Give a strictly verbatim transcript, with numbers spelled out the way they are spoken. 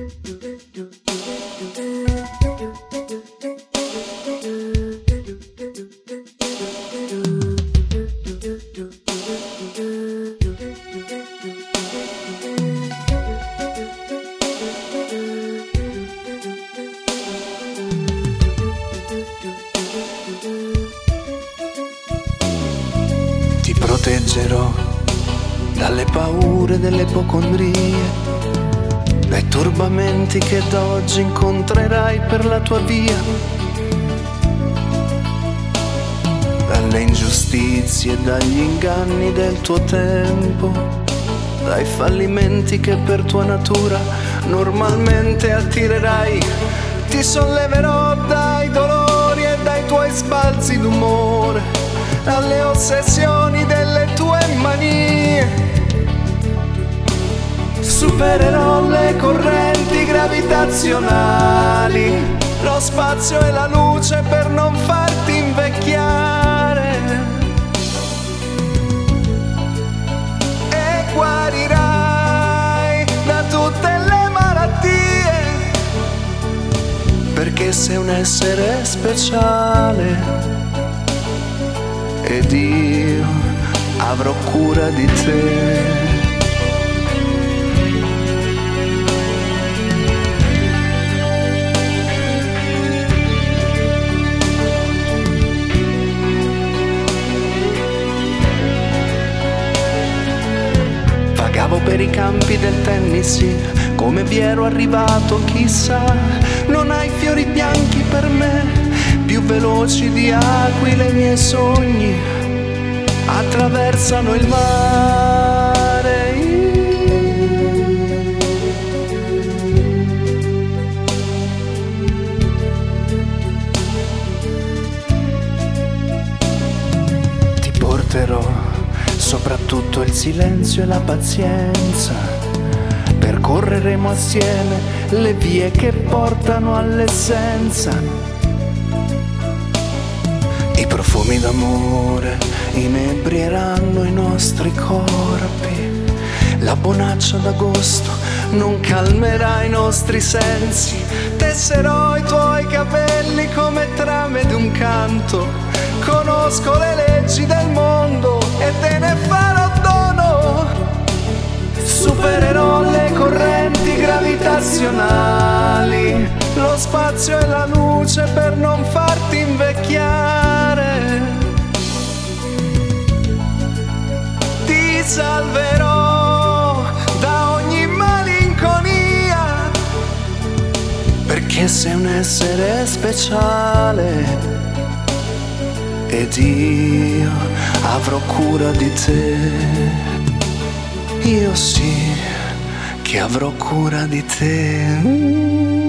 Ti proteggerò dalle paure delle ipocondrie, dai turbamenti che da oggi incontrerai per la tua via, dalle ingiustizie e dagli inganni del tuo tempo, dai fallimenti che per tua natura normalmente attirerai. Ti solleverò dai dolori e dai tuoi sbalzi d'umore, dalle ossessioni delle tue manie. Supererò le correnti gravitazionali, lo spazio e la luce per non farti invecchiare, e guarirai da tutte le malattie, perché sei un essere speciale ed io avrò cura di te. Vagavo per i campi del Tennessee, come vi ero arrivato chissà. Non hai fiori bianchi per me, più veloci di aquile i miei sogni attraversano il mare. Ti porterò soprattutto il silenzio e la pazienza, percorreremo assieme le vie che portano all'essenza. I profumi d'amore inebrieranno i nostri corpi, la bonaccia d'agosto non calmerà i nostri sensi. Tesserò i tuoi capelli come trame di un canto, conosco le leggi del mondo e te ne farò dono. Supererò le correnti gravitazionali, lo spazio e la luce per non farti invecchiare. Ti salverò da ogni malinconia, perché sei un essere speciale ed io avrò cura di te. Io sì che avrò cura di te.